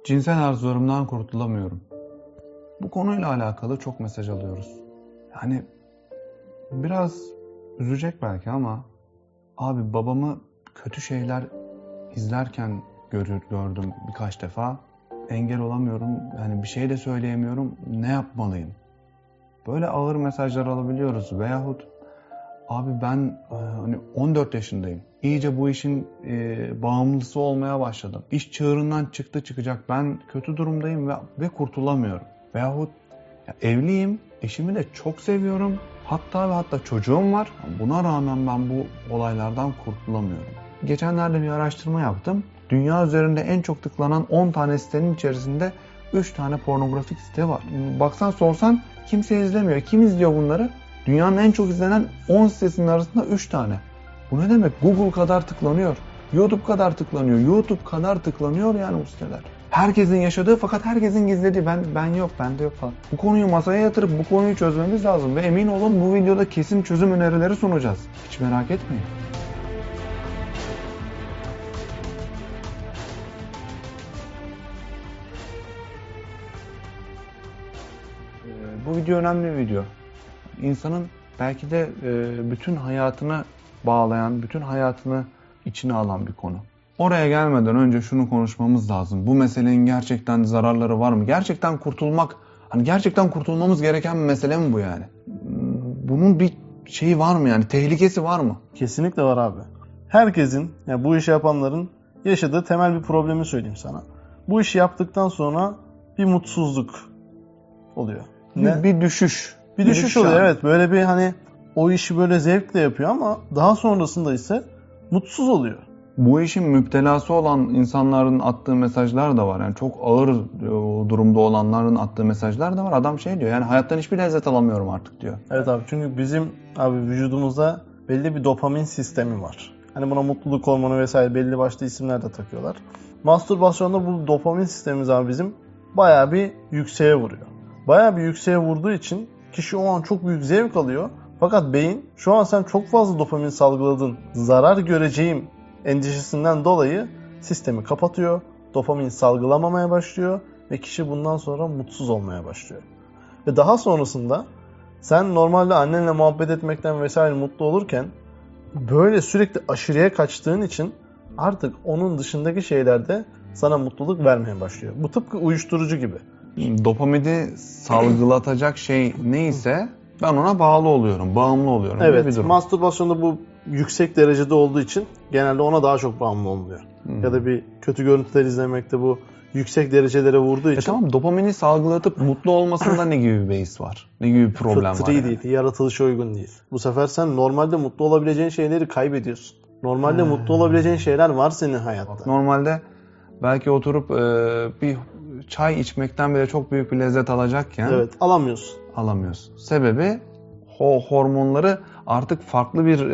Cinsel arzularımdan kurtulamıyorum. Bu konuyla alakalı çok mesaj alıyoruz. Yani biraz üzecek belki ama abi babamı kötü şeyler izlerken gördüm birkaç defa. Engel olamıyorum. Yani bir şey de söyleyemiyorum. Ne yapmalıyım? Böyle ağır mesajlar alabiliyoruz. Veyahut abi ben hani 14 yaşındayım. İyice bu işin bağımlısı olmaya başladım. İş çığırından çıkacak. Ben kötü durumdayım ve kurtulamıyorum. Veyahut evliyim. Eşimi de çok seviyorum. Hatta çocuğum var. Buna rağmen ben bu olaylardan kurtulamıyorum. Geçenlerde bir araştırma yaptım. Dünya üzerinde en çok tıklanan 10 tane sitenin içerisinde 3 tane pornografik site var. Baksan sorsan kimse izlemiyor. Kim izliyor bunları? Dünyanın en çok izlenen 10 sitesinin arasında 3 tane. Bu ne demek? Google kadar tıklanıyor. YouTube kadar tıklanıyor. YouTube kadar tıklanıyor yani bu siteler. Herkesin yaşadığı fakat herkesin gizlediği bende yok falan. Bu konuyu masaya yatırıp bu konuyu çözmemiz lazım ve emin olun bu videoda kesin çözüm önerileri sunacağız. Hiç merak etmeyin. Bu video önemli bir video. İnsanın belki de bütün hayatını bağlayan, bütün hayatını içine alan bir konu. Oraya gelmeden önce şunu konuşmamız lazım. Bu meselenin gerçekten zararları var mı? Gerçekten gerçekten kurtulmamız gereken bir mesele mi bu yani? Bunun bir şeyi var mı yani? Tehlikesi var mı? Kesinlikle var abi. Herkesin, yani bu işi yapanların yaşadığı temel bir problemi söyleyeyim sana. Bu işi yaptıktan sonra bir mutsuzluk oluyor. Bir düşüş. Bir düşüş oluyor evet. Böyle bir o işi böyle zevkle yapıyor ama daha sonrasında ise mutsuz oluyor. Bu işin müptelası olan insanların attığı mesajlar da var. Yani çok ağır durumda olanların attığı mesajlar da var. Adam şey diyor yani hayattan hiçbir lezzet alamıyorum artık diyor. Evet abi çünkü bizim vücudumuzda belli bir dopamin sistemi var. Hani buna mutluluk hormonu vesaire belli başlı isimler de takıyorlar. Mastürbasyonda bu dopamin sistemimiz abi bizim bayağı bir yükseğe vuruyor. Bayağı bir yükseğe vurduğu için kişi o an çok büyük zevk alıyor. Fakat beyin şu an sen çok fazla dopamin salgıladın, zarar göreceğim endişesinden dolayı sistemi kapatıyor. Dopamin salgılamamaya başlıyor ve kişi bundan sonra mutsuz olmaya başlıyor. Ve daha sonrasında sen normalde annenle muhabbet etmekten vesaire mutlu olurken böyle sürekli aşırıya kaçtığın için artık onun dışındaki şeylerde sana mutluluk vermeye başlıyor. Bu tıpkı uyuşturucu gibi. Dopamini salgılatacak şey neyse ben ona bağlı oluyorum, bağımlı oluyorum. Evet, mastürbasyonda bu yüksek derecede olduğu için genelde ona daha çok bağımlı oluyor. Ya da bir kötü görüntüler izlemekte bu yüksek derecelere vurduğu için. Tamam, dopamini salgılatıp mutlu olmasında ne gibi bir beis var? Ne gibi bir problem var? Fıtri değil, yaratılışa uygun değil. Bu sefer sen normalde mutlu olabileceğin şeyleri kaybediyorsun. Normalde mutlu olabileceğin şeyler var senin hayatta. Normalde belki oturup bir çay içmekten bile çok büyük bir lezzet alacakken evet, alamıyorsun. Sebebi hormonları artık farklı bir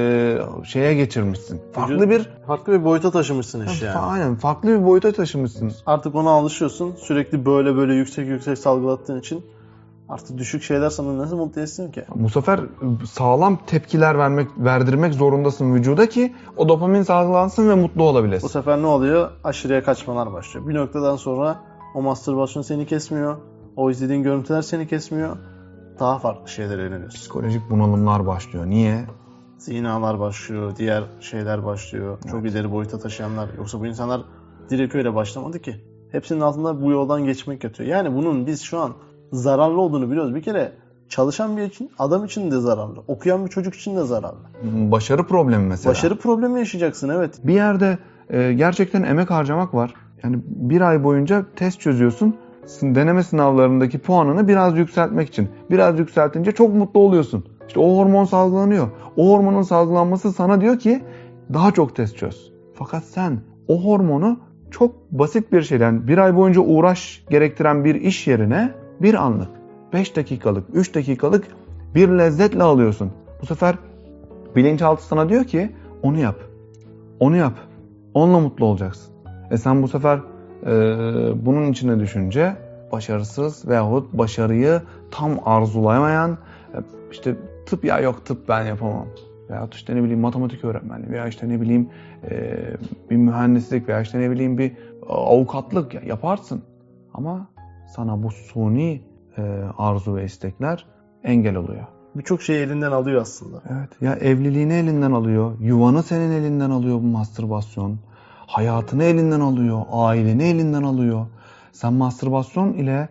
şeye geçirmişsin. Farklı bir boyuta taşımışsın işi yani. Aynen, farklı bir boyuta taşımışsın. Artık ona alışıyorsun. Sürekli böyle yüksek salgılattığın için artık düşük şeyler sana nasıl mutlu etsin ki? Bu sefer sağlam tepkiler verdirmek zorundasın vücuda ki o dopamin salgılansın ve mutlu olabilesin. Bu sefer ne oluyor? Aşırıya kaçmalar başlıyor. Bir noktadan sonra o mastürbasyon seni kesmiyor. O izlediğin görüntüler seni kesmiyor. Daha farklı şeylere yöneliyorsun. Psikolojik bunalımlar başlıyor. Niye? Zinalar başlıyor, diğer şeyler başlıyor. Evet. Çok ileri boyuta taşıyanlar. Yoksa bu insanlar direkt öyle başlamadı ki. Hepsinin altında bu yoldan geçmek yatıyor. Yani bunun biz şu an zararlı olduğunu biliyoruz. Bir kere çalışan bir adam için de zararlı. Okuyan bir çocuk için de zararlı. Başarı problemi mesela. Başarı problemi yaşayacaksın evet. Bir yerde gerçekten emek harcamak var. Yani bir ay boyunca test çözüyorsun. Deneme sınavlarındaki puanını biraz yükseltmek için. Biraz yükseltince çok mutlu oluyorsun. İşte o hormon salgılanıyor. O hormonun salgılanması sana diyor ki daha çok test çöz. Fakat sen o hormonu çok basit bir şeyden bir ay boyunca uğraş gerektiren bir iş yerine bir anlık, 5 dakikalık, 3 dakikalık bir lezzetle alıyorsun. Bu sefer bilinçaltı sana diyor ki onu yap. Onu yap. Onunla mutlu olacaksın. Sen bu sefer bunun içine düşünce başarısız veyahut başarıyı tam arzulayamayan işte tıp ben yapamam. veyahut işte ne bileyim matematik öğretmenliği veya işte ne bileyim bir mühendislik veya işte ne bileyim bir avukatlık yaparsın. Ama sana bu suni arzu ve istekler engel oluyor. Birçok şeyi elinden alıyor aslında. Evet. Ya evliliğini elinden alıyor, yuvanı senin elinden alıyor bu mastürbasyon. Hayatını elinden alıyor, aileni elinden alıyor. Sen mastürbasyon ile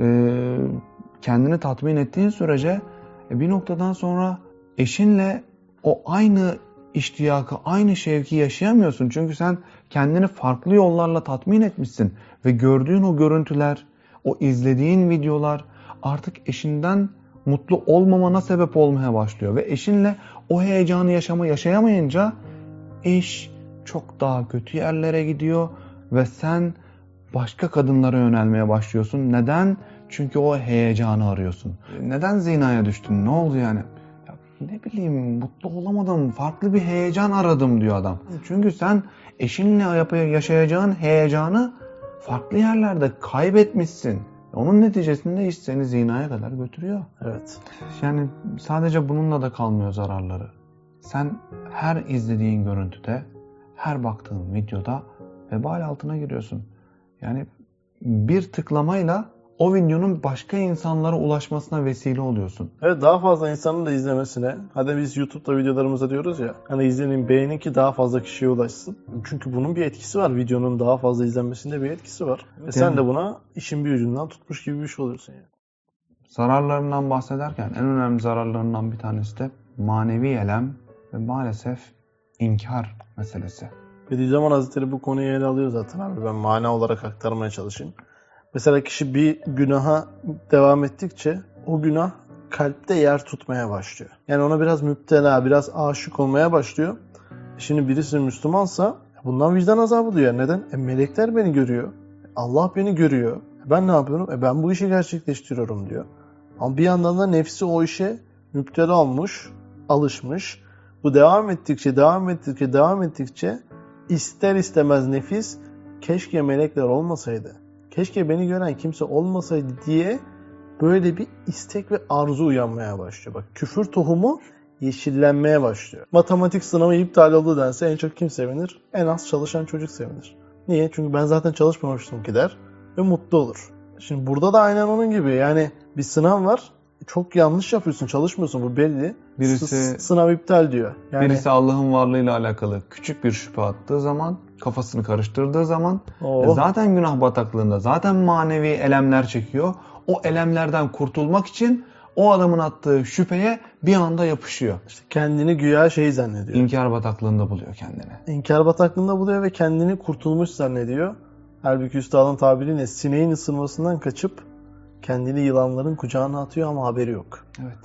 kendini tatmin ettiğin sürece bir noktadan sonra eşinle o aynı iştiyakı, aynı şevki yaşayamıyorsun. Çünkü sen kendini farklı yollarla tatmin etmişsin. Ve gördüğün o görüntüler, o izlediğin videolar artık eşinden mutlu olmamana sebep olmaya başlıyor. Ve eşinle o heyecanı yaşayamayınca iş çok daha kötü yerlere gidiyor. Ve sen başka kadınlara yönelmeye başlıyorsun. Neden? Çünkü o heyecanı arıyorsun. Neden zinaya düştün? Ne oldu yani? Ya ne bileyim, mutlu olamadım. Farklı bir heyecan aradım diyor adam. Çünkü sen eşinle yaşayacağın heyecanı farklı yerlerde kaybetmişsin. Onun neticesinde iş seni zinaya kadar götürüyor. Evet. Yani sadece bununla da kalmıyor zararları. Sen her izlediğin görüntüde, her baktığın videoda vebal altına giriyorsun. Yani bir tıklamayla o videonun başka insanlara ulaşmasına vesile oluyorsun. Evet, daha fazla insanın da izlemesine. Hadi biz YouTube'da videolarımıza diyoruz ya. Hani izlenin, beğenin ki daha fazla kişiye ulaşsın. Çünkü bunun bir etkisi var. Videonun daha fazla izlenmesinde bir etkisi var. Ve sen de buna işin bir ucundan tutmuş gibi bir şey oluyorsun yani. Zararlarından bahsederken en önemli zararlarından bir tanesi de manevi elem ve maalesef inkar meselesi. Bediüzzaman Hazretleri bu konuyu ele alıyor zaten abi. Ben mana olarak aktarmaya çalışayım. Mesela kişi bir günaha devam ettikçe o günah kalpte yer tutmaya başlıyor. Yani ona biraz müptela, biraz aşık olmaya başlıyor. Şimdi birisi Müslümansa bundan vicdan azabı duyuyor. Neden? Melekler beni görüyor. Allah beni görüyor. Ben ne yapıyorum? Ben bu işi gerçekleştiriyorum diyor. Ama bir yandan da nefsi o işe müptela olmuş, alışmış. Bu devam ettikçe ister istemez nefis keşke melekler olmasaydı, keşke beni gören kimse olmasaydı diye böyle bir istek ve arzu uyanmaya başlıyor. Bak, küfür tohumu yeşillenmeye başlıyor. Matematik sınavı iptal oldu dense en çok kim sevinir? En az çalışan çocuk sevinir. Niye? Çünkü ben zaten çalışmamıştım ki der ve mutlu olur. Şimdi burada da aynen onun gibi. Yani bir sınav var. Çok yanlış yapıyorsun, çalışmıyorsun, bu belli. Birisi sınav iptal diyor. Yani birisi Allah'ın varlığıyla alakalı küçük bir şüphe attığı zaman, kafasını karıştırdığı zaman zaten günah bataklığında, zaten manevi elemler çekiyor. O elemlerden kurtulmak için o adamın attığı şüpheye bir anda yapışıyor. İşte kendini güya zannediyor. İnkar bataklığında buluyor kendini. İnkar bataklığında buluyor ve kendini kurtulmuş zannediyor. Halbuki üstadın tabiriyle sineğin ısırmasından kaçıp kendini yılanların kucağına atıyor ama haberi yok. Evet.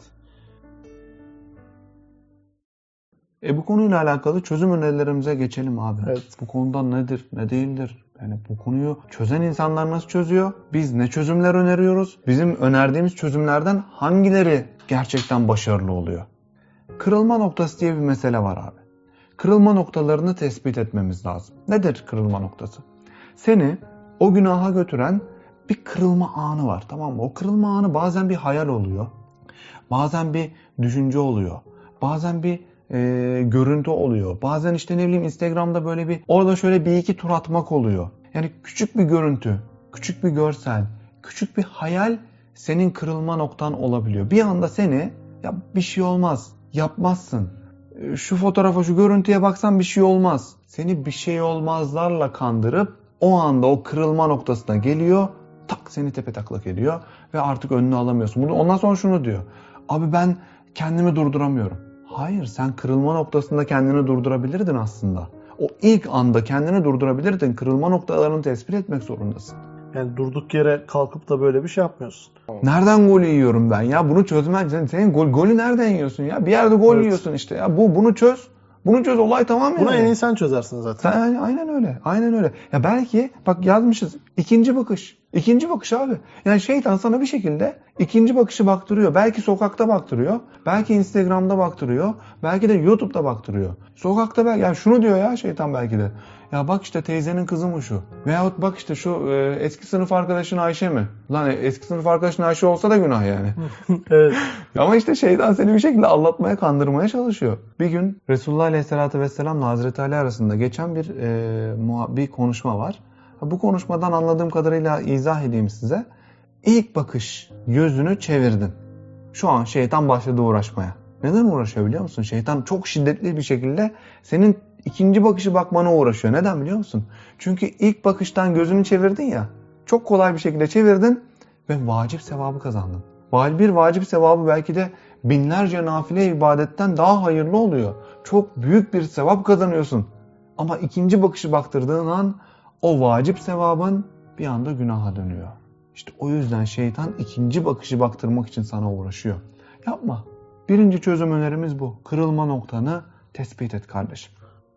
Bu konuyla alakalı çözüm önerilerimize geçelim abi. Evet. Bu konuda nedir, ne değildir? Yani bu konuyu çözen insanlar nasıl çözüyor? Biz ne çözümler öneriyoruz? Bizim önerdiğimiz çözümlerden hangileri gerçekten başarılı oluyor? Kırılma noktası diye bir mesele var abi. Kırılma noktalarını tespit etmemiz lazım. Nedir kırılma noktası? Seni o günaha götüren bir kırılma anı var, tamam mı? O kırılma anı bazen bir hayal oluyor. Bazen bir düşünce oluyor. Bazen bir görüntü oluyor. Bazen işte ne bileyim Instagram'da böyle bir orada şöyle bir iki tur atmak oluyor. Yani küçük bir görüntü, küçük bir görsel, küçük bir hayal senin kırılma noktan olabiliyor. Bir anda seni ya bir şey olmaz, yapmazsın. Şu fotoğrafa, şu görüntüye baksan bir şey olmaz. Seni bir şey olmazlarla kandırıp o anda o kırılma noktasına geliyor. Tak seni tepetaklak ediyor ve artık önünü alamıyorsun. Ondan sonra şunu diyor. Abi ben kendimi durduramıyorum. Hayır, sen kırılma noktasında kendini durdurabilirdin aslında. O ilk anda kendini durdurabilirdin. Kırılma noktalarını tespit etmek zorundasın. Yani durduk yere kalkıp da böyle bir şey yapmıyorsun. Nereden gol yiyorum ben ya? Bunu çözmek için senin golü nereden yiyorsun ya? Bir yerde gol yiyorsun işte ya. Bunu çöz. Bunu çöz, olay tamam ya. Bunu en iyi sen çözersin zaten. Sen, aynen öyle. Aynen öyle. Ya belki bak yazmışız. İkinci bakış. İkinci bakış abi. Yani şeytan sana bir şekilde ikinci bakışı baktırıyor. Belki sokakta baktırıyor. Belki Instagram'da baktırıyor. Belki de YouTube'da baktırıyor. Sokakta belki yani şunu diyor ya şeytan belki de. Ya bak işte teyzenin kızı mı şu? Veyahut bak işte şu eski sınıf arkadaşın Ayşe mi? Lan eski sınıf arkadaşın Ayşe olsa da günah yani. Evet. Ama işte şeytan seni bir şekilde aldatmaya, kandırmaya çalışıyor. Bir gün Resulullah Aleyhisselatü Vesselam'la Hazreti Ali arasında geçen bir konuşma var. Bu konuşmadan anladığım kadarıyla izah edeyim size. İlk bakış yüzünü çevirdin. Şu an şeytan başladı uğraşmaya. Neden uğraşıyor biliyor musun? Şeytan çok şiddetli bir şekilde senin ikinci bakışı bakmana uğraşıyor. Neden biliyor musun? Çünkü ilk bakıştan gözünü çevirdin ya. Çok kolay bir şekilde çevirdin ve vacip sevabı kazandın. Bir vacip sevabı belki de binlerce nafile ibadetten daha hayırlı oluyor. Çok büyük bir sevap kazanıyorsun. Ama ikinci bakışı baktırdığın an o vacip sevabın bir anda günaha dönüyor. İşte o yüzden şeytan ikinci bakışı baktırmak için sana uğraşıyor. Yapma. Birinci çözüm önerimiz bu. Kırılma noktanı tespit et kardeşim.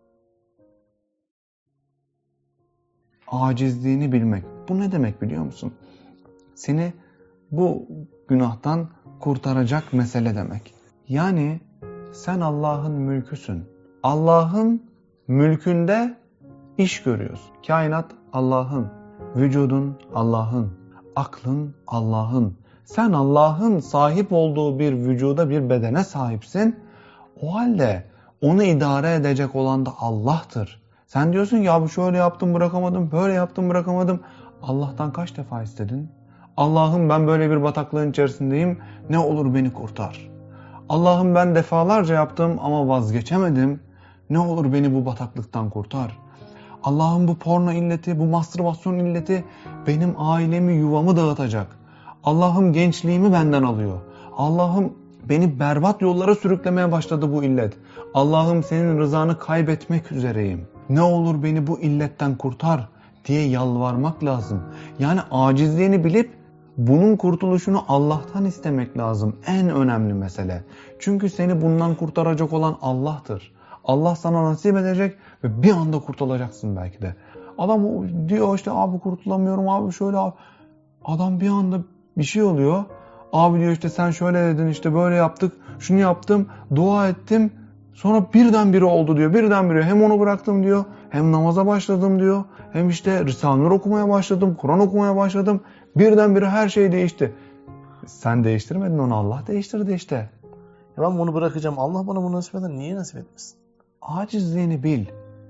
Acizliğini bilmek. Bu ne demek biliyor musun? Seni bu günahtan kurtaracak mesele demek. Yani sen Allah'ın mülküsün. Allah'ın mülkünde iş görüyorsun. Kainat Allah'ın, vücudun Allah'ın, aklın Allah'ın. Sen Allah'ın sahip olduğu bir vücuda, bir bedene sahipsin. O halde onu idare edecek olan da Allah'tır. Sen diyorsun ki ya bu şöyle yaptım bırakamadım, böyle yaptım bırakamadım. Allah'tan kaç defa istedin? Allah'ım ben böyle bir bataklığın içerisindeyim, ne olur beni kurtar. Allah'ım ben defalarca yaptım ama vazgeçemedim, ne olur beni bu bataklıktan kurtar. Allah'ım bu porno illeti, bu mastürbasyon illeti benim ailemi, yuvamı dağıtacak. Allah'ım gençliğimi benden alıyor. Allah'ım beni berbat yollara sürüklemeye başladı bu illet. Allah'ım senin rızanı kaybetmek üzereyim. Ne olur beni bu illetten kurtar diye yalvarmak lazım. Yani acizliğini bilip bunun kurtuluşunu Allah'tan istemek lazım. En önemli mesele. Çünkü seni bundan kurtaracak olan Allah'tır. Allah sana nasip edecek ve bir anda kurtulacaksın belki de. Adam diyor işte abi kurtulamıyorum abi şöyle abi. Adam bir anda bir şey oluyor. Abi diyor işte sen şöyle dedin işte böyle yaptık. Şunu yaptım dua ettim. Sonra birdenbire oldu diyor. Birdenbire hem onu bıraktım diyor. Hem namaza başladım diyor. Hem işte Risale-i Nur okumaya başladım. Kur'an okumaya başladım. Birdenbire her şey değişti. Sen değiştirmedin onu Allah değiştirdi işte. Ya ben bunu bırakacağım. Allah bana bunu nasip eder. Niye nasip etmesin? Acizliğini bil.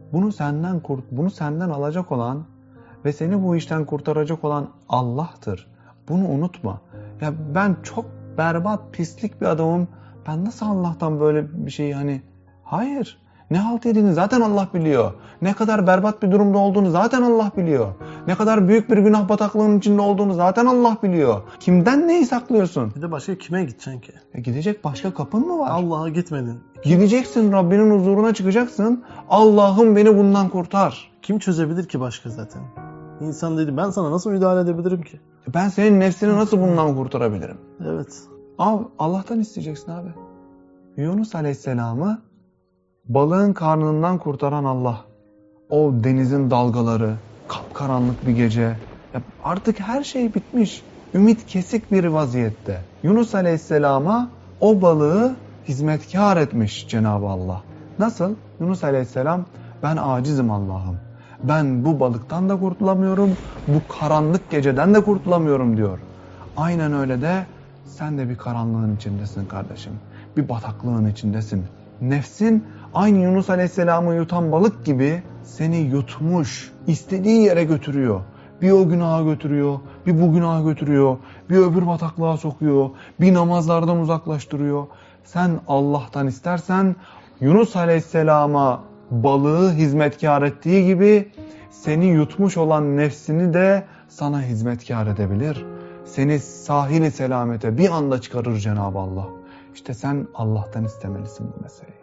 Bunu senden alacak olan ve seni bu işten kurtaracak olan Allah'tır. Bunu unutma. Ya ben çok berbat, pislik bir adamım. Ben nasıl Allah'tan böyle bir şey Hayır. Ne halt yediğini zaten Allah biliyor. Ne kadar berbat bir durumda olduğunu zaten Allah biliyor. Ne kadar büyük bir günah bataklığının içinde olduğunu zaten Allah biliyor. Kimden neyi saklıyorsun? Bir de başka kime gideceksin ki? Gidecek başka kapın mı var? Allah'a gitmedin. Gideceksin Rabbinin huzuruna çıkacaksın. Allah'ım beni bundan kurtar. Kim çözebilir ki başka zaten? İnsan dedi ben sana nasıl müdahale edebilirim ki? Ben senin nefsini nasıl bundan kurtarabilirim? Evet. Abi Allah'tan isteyeceksin abi. Yunus Aleyhisselam'ı balığın karnından kurtaran Allah. O denizin dalgaları, kapkaranlık bir gece. Ya artık her şey bitmiş. Ümit kesik bir vaziyette. Yunus Aleyhisselam'a o balığı hizmetkar etmiş Cenab-ı Allah. Nasıl? Yunus Aleyhisselam ben acizim Allah'ım. Ben bu balıktan da kurtulamıyorum, bu karanlık geceden de kurtulamıyorum diyor. Aynen öyle de sen de bir karanlığın içindesin kardeşim. Bir bataklığın içindesin. Nefsin aynı Yunus Aleyhisselam'ı yutan balık gibi seni yutmuş, istediği yere götürüyor. Bir o günaha götürüyor, bir bu günaha götürüyor, bir öbür bataklığa sokuyor, bir namazlardan uzaklaştırıyor. Sen Allah'tan istersen Yunus Aleyhisselam'a balığı hizmetkar ettiği gibi seni yutmuş olan nefsini de sana hizmetkar edebilir. Seni sahil-i selamete bir anda çıkarır Cenab-ı Allah. İşte sen Allah'tan istemelisin bu meseleyi.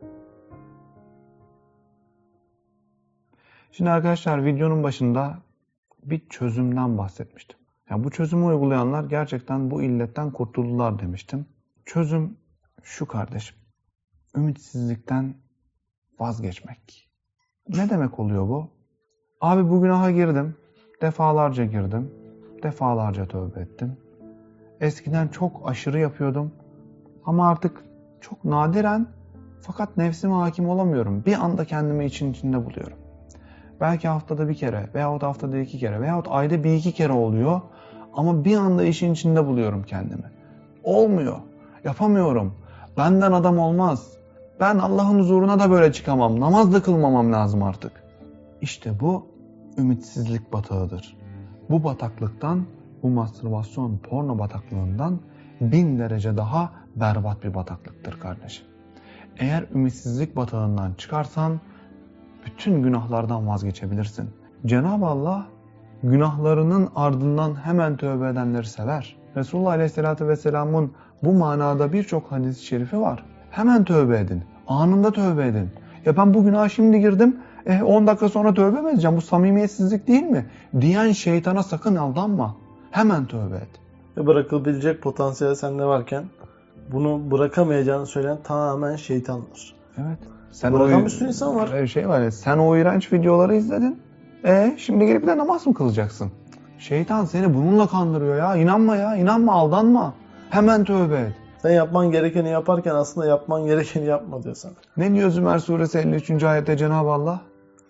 Şimdi arkadaşlar videonun başında bir çözümden bahsetmiştim. Yani bu çözümü uygulayanlar gerçekten bu illetten kurtuldular demiştim. Çözüm şu kardeşim. Ümitsizlikten vazgeçmek. Ne demek oluyor bu? Abi bu günaha girdim. Defalarca girdim. Defalarca tövbe ettim. Eskiden çok aşırı yapıyordum. Ama artık çok nadiren fakat nefsime hakim olamıyorum. Bir anda kendimi için içinde buluyorum. Belki haftada bir kere veyahut haftada 2 kere veyahut ayda 1-2 kere oluyor. Ama bir anda işin içinde buluyorum kendimi. Olmuyor. Yapamıyorum. Benden adam olmaz. Ben Allah'ın huzuruna da böyle çıkamam. Namaz da kılmamam lazım artık. İşte bu ümitsizlik batağıdır. Bu bataklıktan, bu mastürbasyon porno bataklığından 1000 derece daha berbat bir bataklıktır kardeşim. Eğer ümitsizlik batağından çıkarsan bütün günahlardan vazgeçebilirsin. Cenab-ı Allah günahlarının ardından hemen tövbe edenleri sever. Resulullah Aleyhisselatü Vesselam'ın bu manada birçok hadis-i şerifi var. Hemen tövbe edin. Anında tövbe edin. Ya ben bu günaha şimdi girdim. 10 dakika sonra tövbe mi edeceğim? Bu samimiyetsizlik değil mi? Diyen şeytana sakın aldanma. Hemen tövbe et. Bırakılabilecek potansiyel sende varken bunu bırakamayacağını söyleyen tamamen şeytandır. Evet. Bırakan bir sürü insan var. Şey var ya, sen o iğrenç videoları izledin. Şimdi gelip de namaz mı kılacaksın? Şeytan seni bununla kandırıyor ya. İnanma ya. İnanma, aldanma. Hemen tövbe et. Sen yapman gerekeni yaparken aslında yapman gerekeni yapma diyor sana. Ne diyor Zümer suresi 53. ayette Cenab-ı Allah?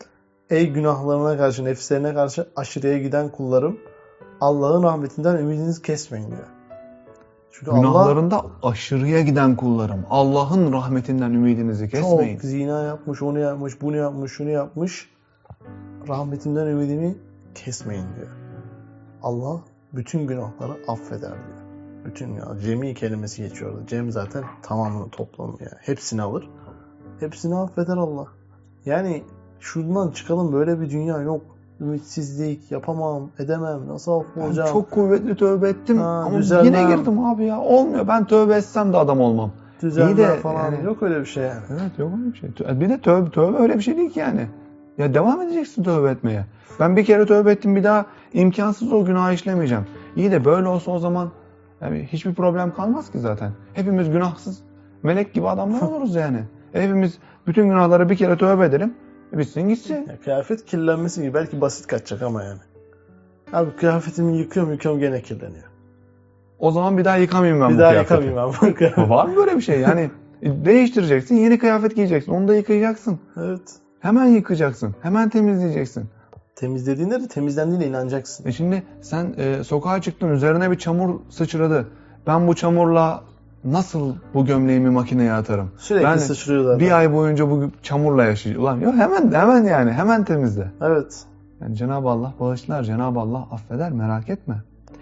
Ey günahlarına karşı, nefislerine karşı aşırıya giden kullarım, Allah'ın rahmetinden ümidinizi kesmeyin diyor. Çünkü günahlarında aşırıya giden kullarım, Allah'ın rahmetinden ümidinizi kesmeyin. Çok zina yapmış, onu yapmış, bunu yapmış, şunu yapmış. Rahmetinden ümidini kesmeyin diyor. Allah bütün günahları affeder diyor. Bütün günah. Cemi kelimesi geçiyor orada. Cem zaten tamamını toplamı yani. Hepsini alır. Hepsini affeder Allah. Yani şuradan çıkalım, böyle bir dünya yok. Ümitsizlik, yapamam, edemem, nasıl affolacağım? Ben çok kuvvetli tövbe ettim ama düzelmem. Yine girdim abi ya. Olmuyor. Ben tövbe etsem de adam olmam. Düzelmem falan. Yani, yok öyle bir şey yani. Evet, yok öyle bir şey. Bir de tövbe öyle bir şey değil ki yani. Ya devam edeceksin tövbe etmeye. Ben bir kere tövbe ettim, bir daha imkansız o günahı işlemeyeceğim. İyi de böyle olsa o zaman yani hiçbir problem kalmaz ki zaten. Hepimiz günahsız, melek gibi adamlar oluruz yani. Hepimiz bütün günahlara bir kere tövbe edelim. Bitsin gitsin. Ya, kıyafet kirlenmesi gibi belki basit kaçacak ama yani. Abi kıyafetimi yıkıyorum gene kirleniyor. O zaman bir daha yıkamayayım ben bu kıyafeti. Bir daha yıkamayayım ben. Var mı böyle bir şey? Yani değiştireceksin, yeni kıyafet giyeceksin, onu da yıkayacaksın. Evet. Hemen yıkayacaksın, hemen temizleyeceksin. Temizlediğinde de temizlendiğine inanacaksın. Şimdi sen sokağa çıktın, üzerine bir çamur sıçradı. Ben bu çamurla nasıl bu gömleğimi makineye atarım? Sürekli sıçrıyorlar. Bir ay boyunca bu çamurla yaşayacağım. Ulan yok, hemen yani hemen temizle. Evet. Yani Cenab-ı Allah bağışlar, Cenab-ı Allah affeder, merak etme.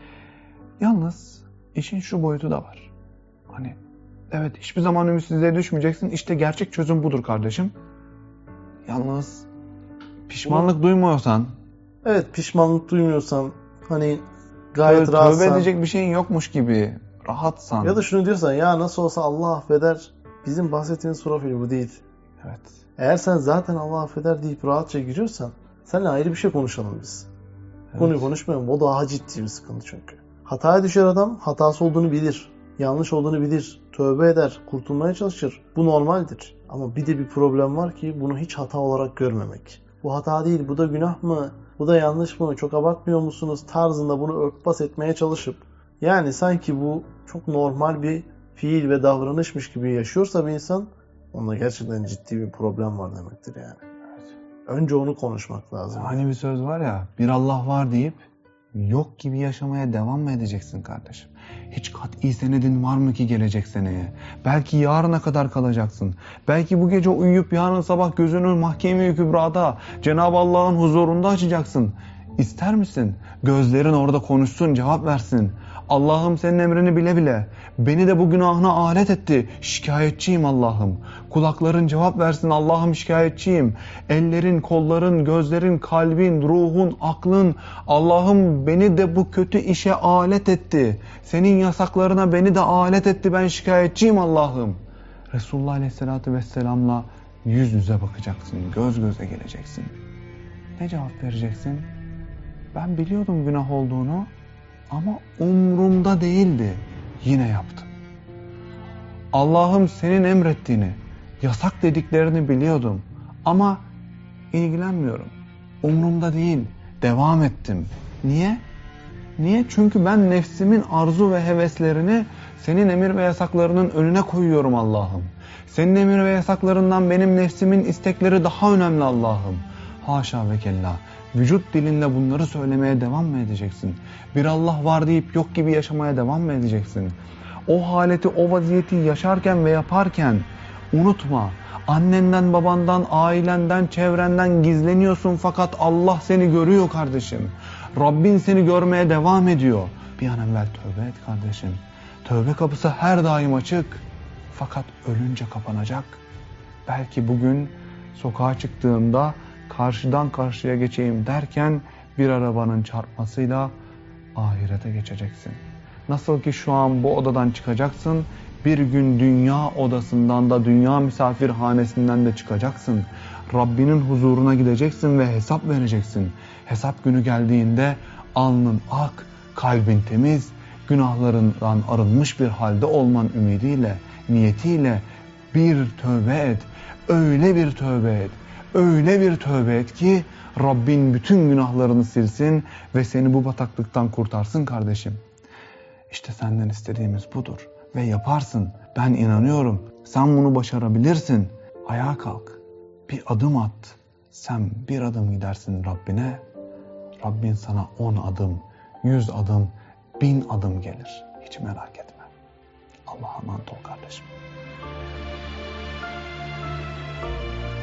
Yalnız işin şu boyutu da var. Hani evet, hiçbir zaman ümitsizliğe düşmeyeceksin. İşte gerçek çözüm budur kardeşim. Yalnız pişmanlık duymuyorsan. Evet, pişmanlık duymuyorsan, hani gayet rahatsan. Tövbe edecek bir şeyin yokmuş gibi rahatsan. Ya da şunu diyorsan, ya nasıl olsa Allah affeder. Bizim bahsettiğimiz profil bu değil. Evet. Eğer sen zaten Allah affeder deyip rahatça giriyorsan, seninle ayrı bir şey konuşalım biz. Evet. Konuyu konuşmayalım. O daha ciddi bir sıkıntı çünkü. Hataya düşer adam, hatası olduğunu bilir. Yanlış olduğunu bilir. Tövbe eder. Kurtulmaya çalışır. Bu normaldir. Ama bir de bir problem var ki bunu hiç hata olarak görmemek. Bu hata değil, bu da günah mı? Bu da yanlış mı? Çok abartmıyor musunuz? Tarzında bunu örtbas etmeye çalışıp, yani sanki bu çok normal bir fiil ve davranışmış gibi yaşıyorsa bir insan, onda gerçekten ciddi bir problem var demektir yani. Evet. Önce onu konuşmak lazım. Hani bir söz var ya, bir Allah var deyip yok gibi yaşamaya devam mı edeceksin kardeşim? Hiç kat'i senedin var mı ki gelecek seneye? Belki yarına kadar kalacaksın. Belki bu gece uyuyup yarın sabah gözünü mahkeme-i kübrada Cenab-ı Allah'ın huzurunda açacaksın. İster misin? Gözlerin orada konuşsun, cevap versin. Allah'ım senin emrini bile bile beni de bu günahına alet etti. Şikayetçiyim Allah'ım. Kulakların cevap versin, Allah'ım şikayetçiyim. Ellerin, kolların, gözlerin, kalbin, ruhun, aklın, Allah'ım beni de bu kötü işe alet etti. Senin yasaklarına beni de alet etti. Ben şikayetçiyim Allah'ım. Resulullah Aleyhisselatü Vesselam'la yüz yüze bakacaksın. Göz göze geleceksin. Ne cevap vereceksin? Ben biliyordum günah olduğunu ama umrumda değildi. Yine yaptım. Allah'ım senin emrettiğini, yasak dediklerini biliyordum ama ilgilenmiyorum. Umrumda değil. Devam ettim. Niye? Niye? Çünkü ben nefsimin arzu ve heveslerini senin emir ve yasaklarının önüne koyuyorum Allah'ım. Senin emir ve yasaklarından benim nefsimin istekleri daha önemli Allah'ım. Haşa ve kella. Vücut dilinle bunları söylemeye devam mı edeceksin? Bir Allah var deyip yok gibi yaşamaya devam mı edeceksin? O haleti, o vaziyeti yaşarken ve yaparken unutma. Annenden, babandan, ailenden, çevrenden gizleniyorsun fakat Allah seni görüyor kardeşim. Rabbin seni görmeye devam ediyor. Bir an evvel tövbe et kardeşim. Tövbe kapısı her daim açık. Fakat ölünce kapanacak. Belki bugün sokağa çıktığında karşıdan karşıya geçeyim derken bir arabanın çarpmasıyla ahirete geçeceksin. Nasıl ki şu an bu odadan çıkacaksın, bir gün dünya odasından da, dünya misafirhanesinden de çıkacaksın. Rabbinin huzuruna gideceksin ve hesap vereceksin. Hesap günü geldiğinde alnın ak, kalbin temiz, günahlarından arınmış bir halde olman ümidiyle, niyetiyle bir tövbe et. Öyle bir tövbe et. Öyle bir tövbe et ki Rabbin bütün günahlarını silsin ve seni bu bataklıktan kurtarsın kardeşim. İşte senden istediğimiz budur. Ve yaparsın. Ben inanıyorum. Sen bunu başarabilirsin. Ayağa kalk. Bir adım at. Sen bir adım gidersin Rabbine. Rabbin sana 10 adım, 100 adım, 1000 adım gelir. Hiç merak etme. Allah'a emanet ol kardeşim.